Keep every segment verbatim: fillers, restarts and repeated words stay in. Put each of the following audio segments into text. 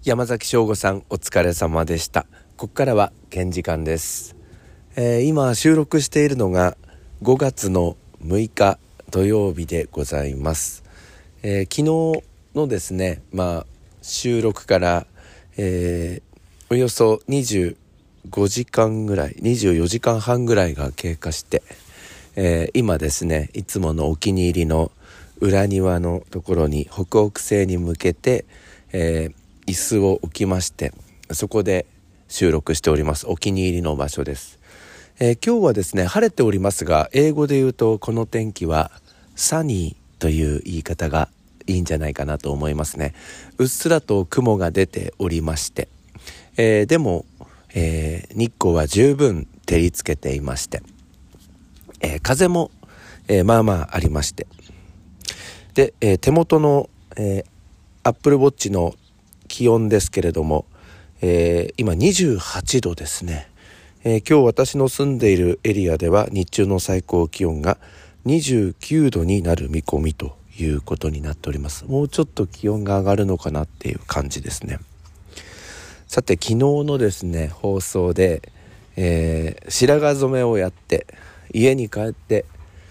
山崎翔吾さん、お疲れ様でした。ここからは見時間です。えー、今収録しているのがごがつのむいか土曜日でございます。えー、昨日のですね、まあ、収録から、えー、およそにじゅうごじかんぐらいにじゅうよじかんはんぐらいが経過して、えー、今ですね、いつものお気に入りの裏庭のところに北北西に向けて、えー椅子を置きまして、そこで収録しております。お気に入りの場所です。えー、今日はですね、晴れておりますが、英語で言うとこの天気はサニーという言い方がいいんじゃないかなと思いますね。うっすらと雲が出ておりまして、えー、でも、えー、日光は十分照りつけていまして、えー、風も、えー、まあまあありまして、で、えー、手元の、えー、Apple Watch の気温ですけれども、えー、今にじゅうはちどですね。えー、今日私の住んでいるエリアでは日中の最高気温がにじゅうきゅうどになる見込みということになっております。もうちょっと気温が上がるのかなっていう感じですね。さて、昨日のですね放送で、えー、白髪染めをやって家に帰って、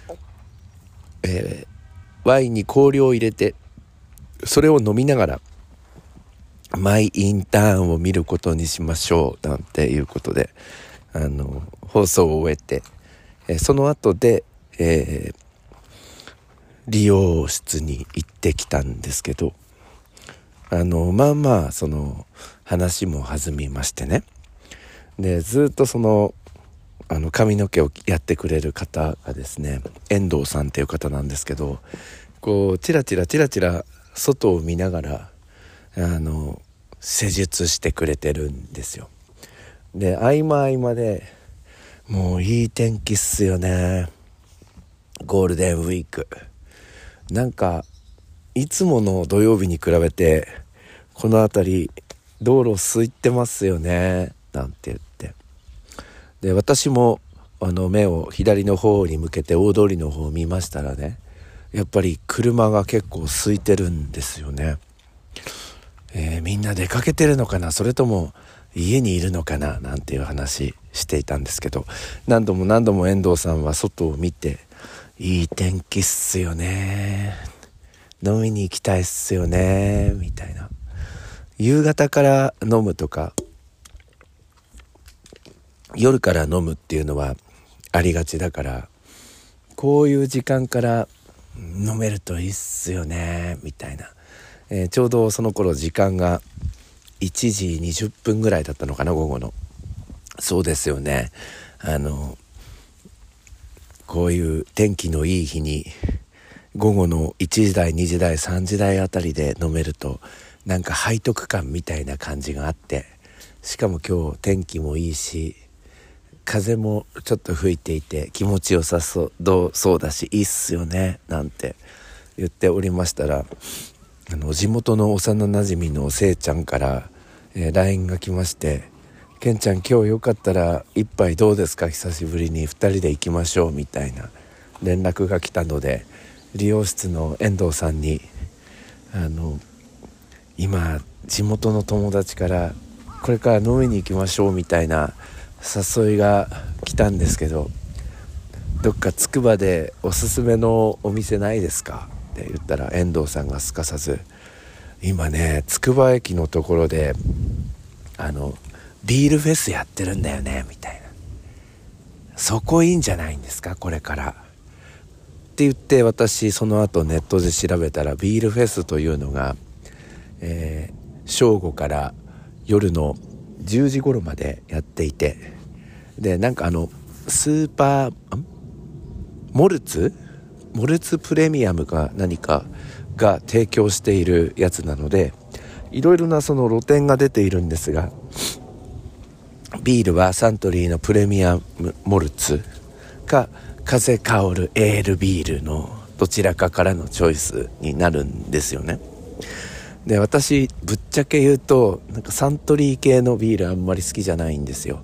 えー、ワインに氷を入れてそれを飲みながらマイインターンを見ることにしましょうなんていうことであの放送を終えて、えー、その後で、えー、理容室に行ってきたんですけど、あのまあまあその話も弾みましてね。でずっとそのあの髪の毛をやってくれる方がですね、遠藤さんっていう方なんですけど、こうチラチラチラチラ外を見ながらあの施術してくれてるんですよ。で合間合間でもういい天気っすよね。ゴールデンウィークなんかいつもの土曜日に比べてこの辺り道路空いてますよねなんて言って、で私もあの目を左の方に向けて大通りの方を見ましたらね、やっぱり車が結構空いてるんですよね。えー、みんな出かけてるのかな、それとも家にいるのかななんていう話していたんですけど、何度も何度も遠藤さんは外を見て、いい天気っすよね、飲みに行きたいっすよねみたいな、夕方から飲むとか夜から飲むっていうのはありがちだから、こういう時間から飲めるといいっすよねみたいな、えー、ちょうどその頃時間がいちじにじゅっぷんぐらいだったのかな、午後の。そうですよね、あのこういう天気のいい日に午後のいちじ台にじ台さんじ台あたりで飲めるとなんか背徳感みたいな感じがあって、しかも今日天気もいいし風もちょっと吹いていて気持ちよさそうどうそうだしいいっすよねなんて言っておりましたら、あの地元の幼なじみのせいちゃんから、えー、ライン が来まして、ケンちゃん今日よかったら一杯どうですか、久しぶりにふたりで行きましょうみたいな連絡が来たので、理容室の遠藤さんにあの今地元の友達からこれから飲みに行きましょうみたいな誘いが来たんですけど、どっかつくばでおすすめのお店ないですかって言ったら、遠藤さんがすかさず、今ねつくば駅のところであのビールフェスやってるんだよねみたいな、そこいいんじゃないんですかこれからって言って、私その後ネットで調べたら、ビールフェスというのが、えー、正午から夜のじゅうじ頃までやっていて、でなんかあのスーパーんモルツモルツプレミアムか何かが提供しているやつなので、いろいろなその露店が出ているんですが、ビールはサントリーのプレミアムモルツか風香るエールビールのどちらかからのチョイスになるんですよね。で私ぶっちゃけ言うとなんかサントリー系のビールあんまり好きじゃないんですよ。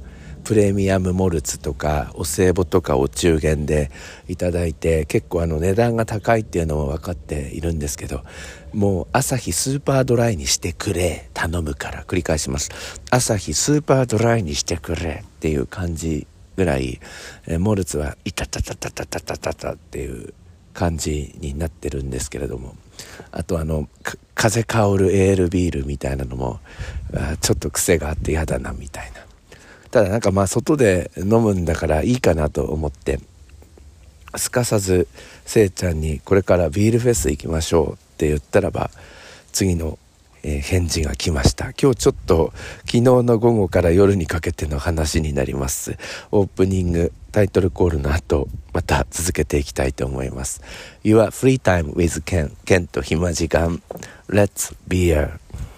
プレミアムモルツとかお歳暮とかお中元でいただいて、結構あの値段が高いっていうのも分かっているんですけど、もうアサヒスーパードライにしてくれ、頼むから、繰り返します。アサヒスーパードライにしてくれっていう感じぐらい、えモルツはいたたたたたたたたたっていう感じになってるんですけれども、あとあの風香るエールビールみたいなのもちょっと癖があって嫌だなみたいな。ただなんかまあ外で飲むんだからいいかなと思って、すかさずせいちゃんにこれからビールフェス行きましょうって言ったらば、次のえー、返事が来ました。今日ちょっと昨日の午後から夜にかけての話になります。オープニングタイトルコールの後また続けていきたいと思います。 Your Free Time with Ken、 ケンと暇時間 Let's Beer。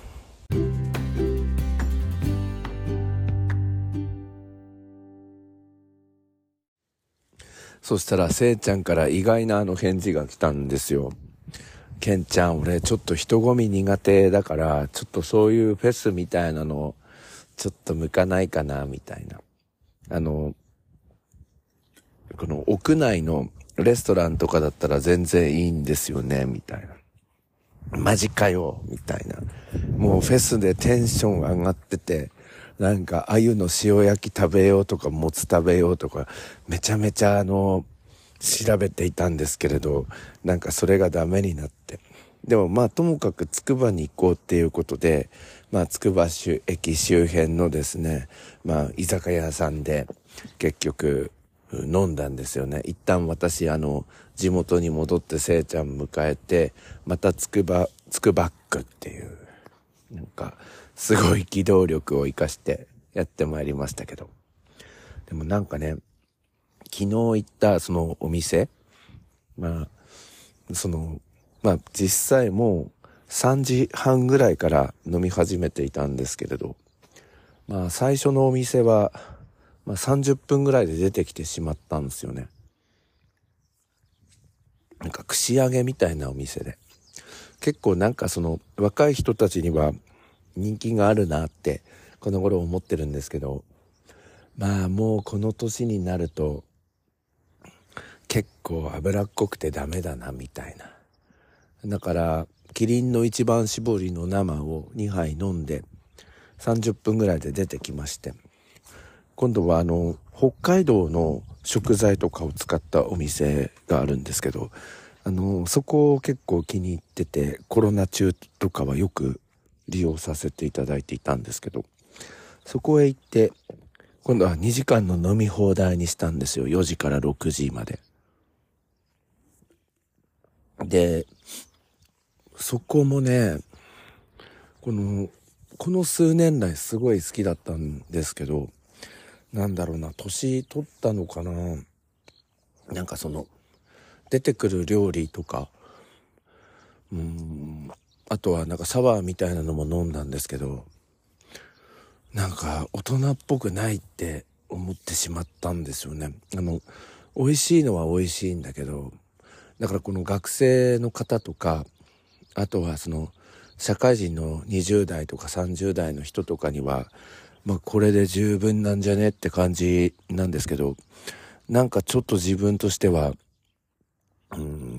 そしたらせいちゃんから意外なあの返事が来たんですよ。ケンちゃん、俺ちょっと人混み苦手だから、ちょっとそういうフェスみたいなのちょっと向かないかなみたいな。あのこの屋内のレストランとかだったら全然いいんですよねみたいな。マジかよみたいな。もうフェスでテンション上がってて、なんか鮎の塩焼き食べようとかもつ食べようとかめちゃめちゃあの調べていたんですけれど、なんかそれがダメになって、でもまあともかくつくばに行こうっていうことで、まあつくば駅周辺のですね、まあ居酒屋さんで結局飲んだんですよね。一旦私あの地元に戻ってせいちゃん迎えて、またつくばつくばっくっていうなんかすごい機動力を生かしてやってまいりましたけど、でもなんかね、昨日行ったそのお店、まあそのまあ実際もうさんじはんぐらいから飲み始めていたんですけれど、まあ最初のお店は、まあ、さんじゅっぷんぐらいで出てきてしまったんですよね。なんか串揚げみたいなお店で、結構なんかその若い人たちには人気があるなってこの頃思ってるんですけど、まあもうこの年になると結構脂っこくてダメだなみたいな。だからキリンの一番搾りの生をにはい飲んでさんじゅっぷんぐらいで出てきまして、今度はあの北海道の食材とかを使ったお店があるんですけど、あのそこを結構気に入ってて、コロナ中とかはよく利用させていただいていたんですけど、そこへ行って今度はにじかんの飲み放題にしたんですよ。よじからろくじまで。でそこもね、このこの数年来すごい好きだったんですけど、なんだろうな、年取ったのかな、なんかその出てくる料理とか、うーんあとはなんかサワーみたいなのも飲んだんですけど、なんか大人っぽくないって思ってしまったんですよね。あの美味しいのは美味しいんだけど、だからこの学生の方とか、あとはその社会人のにじゅう代とかさんじゅう代の人とかには、まあこれで十分なんじゃねって感じなんですけど、なんかちょっと自分としては、うん、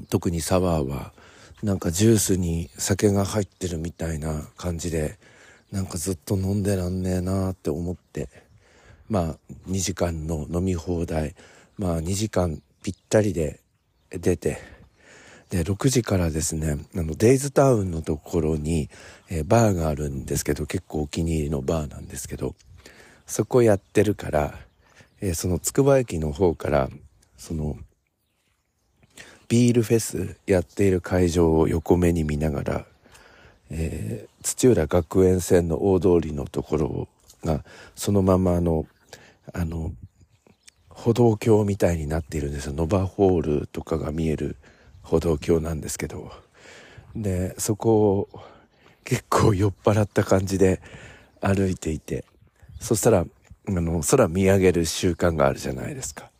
特にサワーはなんかジュースに酒が入ってるみたいな感じで、なんかずっと飲んでらんねえなって思って、まあにじかんの飲み放題、まあにじかんぴったりで出て、でろくじからですね、あのデイズタウンのところに、えー、バーがあるんですけど、結構お気に入りのバーなんですけど、そこやってるから、えー、そのつくば駅の方からそのビールフェスやっている会場を横目に見ながら、えー、土浦学園線の大通りのところがそのままあのあの歩道橋みたいになっているんですよ。ノバホールとかが見える歩道橋なんですけど、でそこを結構酔っ払った感じで歩いていて、そしたらあの空見上げる習慣があるじゃないですか。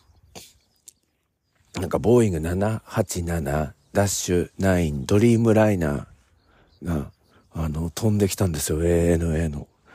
なんかボーイングななはちななダッシュナインドリームライナーがあの飛んできたんですよ。 エーエヌエー の。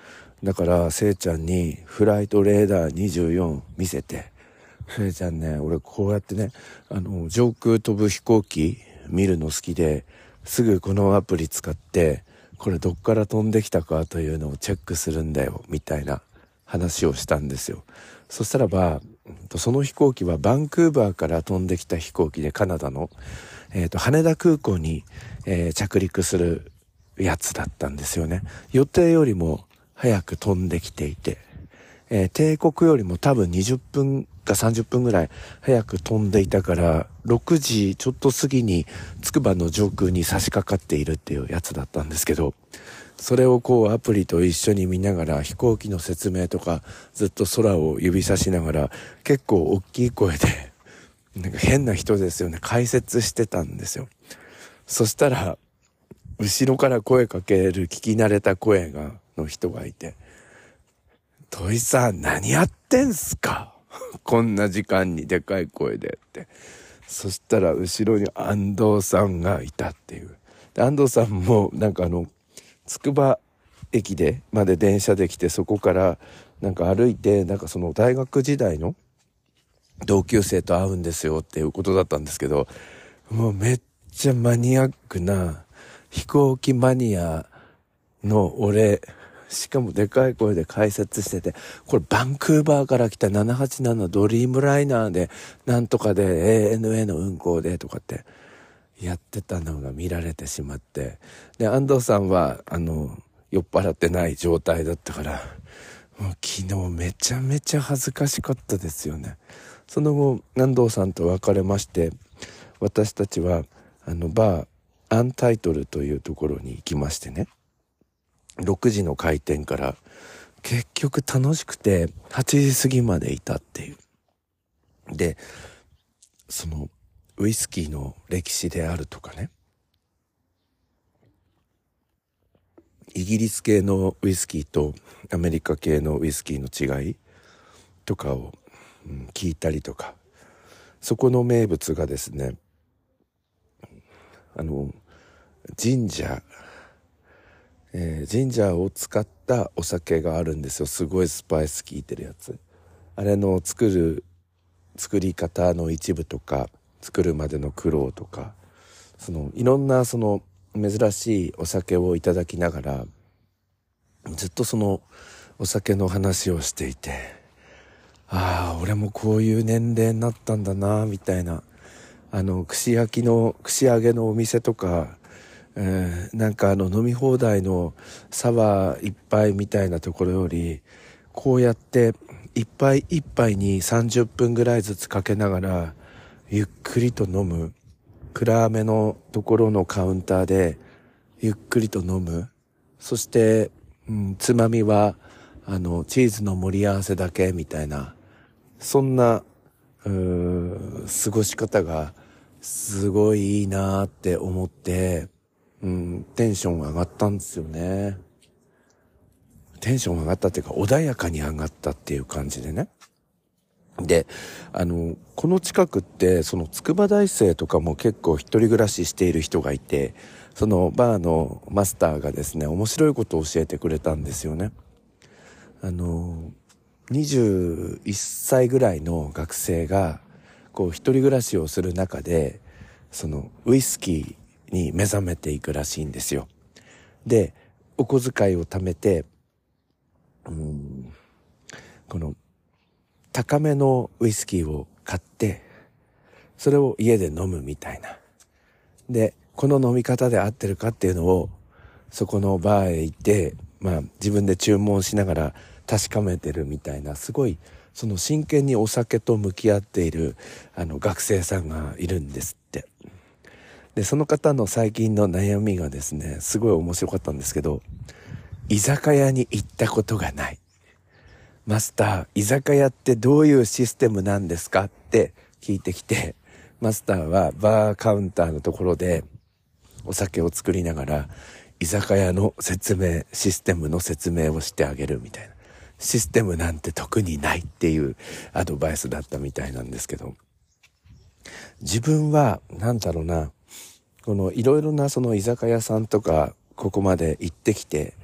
だからせいちゃんにフライトレーダーにじゅうよん見せて、せいちゃんね、俺こうやってね、あの上空飛ぶ飛行機見るの好きで、すぐこのアプリ使ってこれどっから飛んできたかというのをチェックするんだよみたいな話をしたんですよ。そしたらばその飛行機はバンクーバーから飛んできた飛行機で、カナダの、えー、と羽田空港に、えー、着陸するやつだったんですよね。予定よりも早く飛んできていて、えー、定刻よりも多分にじゅっぷんかさんじゅっぷんぐらい早く飛んでいたから、ろくじちょっと過ぎにつくばの上空に差し掛かっているっていうやつだったんですけど、それをこうアプリと一緒に見ながら、飛行機の説明とかずっと空を指さしながら、結構大きい声でなんか変な人ですよね、解説してたんですよ。そしたら後ろから声かける聞き慣れた声がの人がいて、土井さん何やってんすかこんな時間にでかい声でって。そしたら後ろに安藤さんがいたっていう。で安藤さんもなんかあのつくば駅でまで電車で来て、そこからなんか歩いて、なんかその大学時代の同級生と会うんですよっていうことだったんですけど、もうめっちゃマニアックな飛行機マニアの俺、しかもでかい声で解説してて、これバンクーバーから来たななはちななドリームライナーでなんとかで エーエヌエー の運行でとかってやってたのが見られてしまって、で安藤さんはあの酔っ払ってない状態だったから、もう昨日めちゃめちゃ恥ずかしかったですよね。その後安藤さんと別れまして、私たちはあのバーアンタイトルというところに行きましてね、ろくじの開店から結局楽しくてはちじ過ぎまでいたっていう。でそのウイスキーの歴史であるとかね、イギリス系のウイスキーとアメリカ系のウイスキーの違いとかを、うん、聞いたりとか、そこの名物がですね、あのジンジャー、えー、ジンジャーを使ったお酒があるんですよ。すごいスパイス効いてるやつ。あれの作る作り方の一部とか、作るまでの苦労とか、そのいろんなその珍しいお酒をいただきながら、ずっとそのお酒の話をしていて、ああ俺もこういう年齢になったんだなみたいな。あの串焼きの串揚げのお店とか、えー、なんかあの飲み放題のサワー一杯みたいなところより、こうやって一杯一杯にさんじゅっぷんぐらいずつかけながらゆっくりと飲む、暗めのところのカウンターでゆっくりと飲む。そして、うん、つまみはあのチーズの盛り合わせだけみたいな、そんなうー過ごし方がすごいいいなって思って、うん、テンション上がったんですよね。テンション上がったっていうか、穏やかに上がったっていう感じでね。で、あのこの近くってその筑波大生とかも結構一人暮らししている人がいて、そのバーのマスターがですね、面白いことを教えてくれたんですよね。あのにじゅういっさいぐらいの学生がこう一人暮らしをする中で、そのウイスキーに目覚めていくらしいんですよ。でお小遣いを貯めて、うーんこの高めのウイスキーを買って、それを家で飲むみたいな。でこの飲み方で合ってるかっていうのをそこのバーへ行って、まあ自分で注文しながら確かめてるみたいな、すごいその真剣にお酒と向き合っているあの学生さんがいるんですって。でその方の最近の悩みがですね、すごい面白かったんですけど、居酒屋に行ったことがない。マスター、居酒屋ってどういうシステムなんですかって聞いてきて、マスターはバーカウンターのところでお酒を作りながら居酒屋の説明、システムの説明をしてあげるみたいな。システムなんて特にないっていうアドバイスだったみたいなんですけど、自分はなんだろうな、このいろいろなその居酒屋さんとかここまで行ってきて、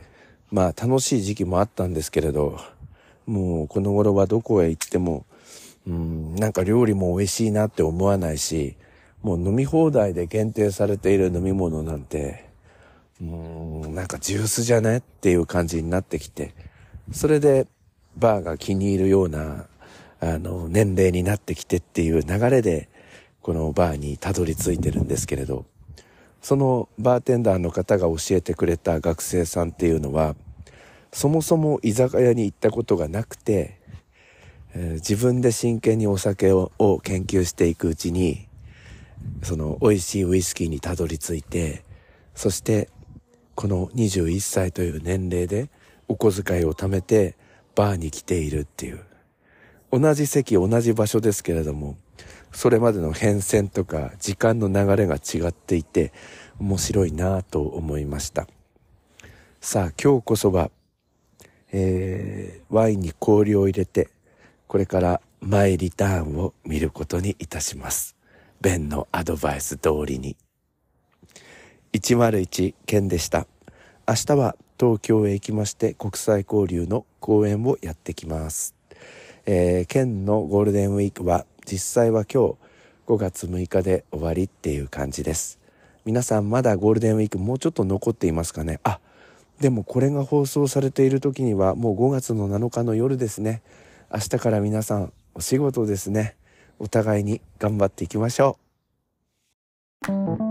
まあ楽しい時期もあったんですけれど、もうこの頃はどこへ行ってもうんなんか料理も美味しいなって思わないし、もう飲み放題で限定されている飲み物なんてうーんなんかジュースじゃねっていう感じになってきて、それでバーが気に入るようなあの年齢になってきてっていう流れでこのバーにたどり着いてるんですけれど、そのバーテンダーの方が教えてくれた学生さんっていうのは、そもそも居酒屋に行ったことがなくて、えー自分で真剣にお酒をを研究していくうちに、その美味しいウイスキーにたどり着いて、そしてこのにじゅういっさいという年齢でお小遣いを貯めてバーに来ているっていう、同じ席同じ場所ですけれども、それまでの変遷とか時間の流れが違っていて面白いなと思いました。さあ今日こそは、えーワインに氷を入れて、これからマイリターンを見ることにいたします。ベンのアドバイス通りに。いちまるいちケンでした。明日は東京へ行きまして国際交流の講演をやってきます。えー、ケンのゴールデンウィークは実際は今日ごがつむいかで終わりっていう感じです。皆さんまだゴールデンウィークもうちょっと残っていますかね。あ、でもこれが放送されている時にはもうごがつのなのかの夜ですね。明日から皆さんお仕事ですね。お互いに頑張っていきましょう。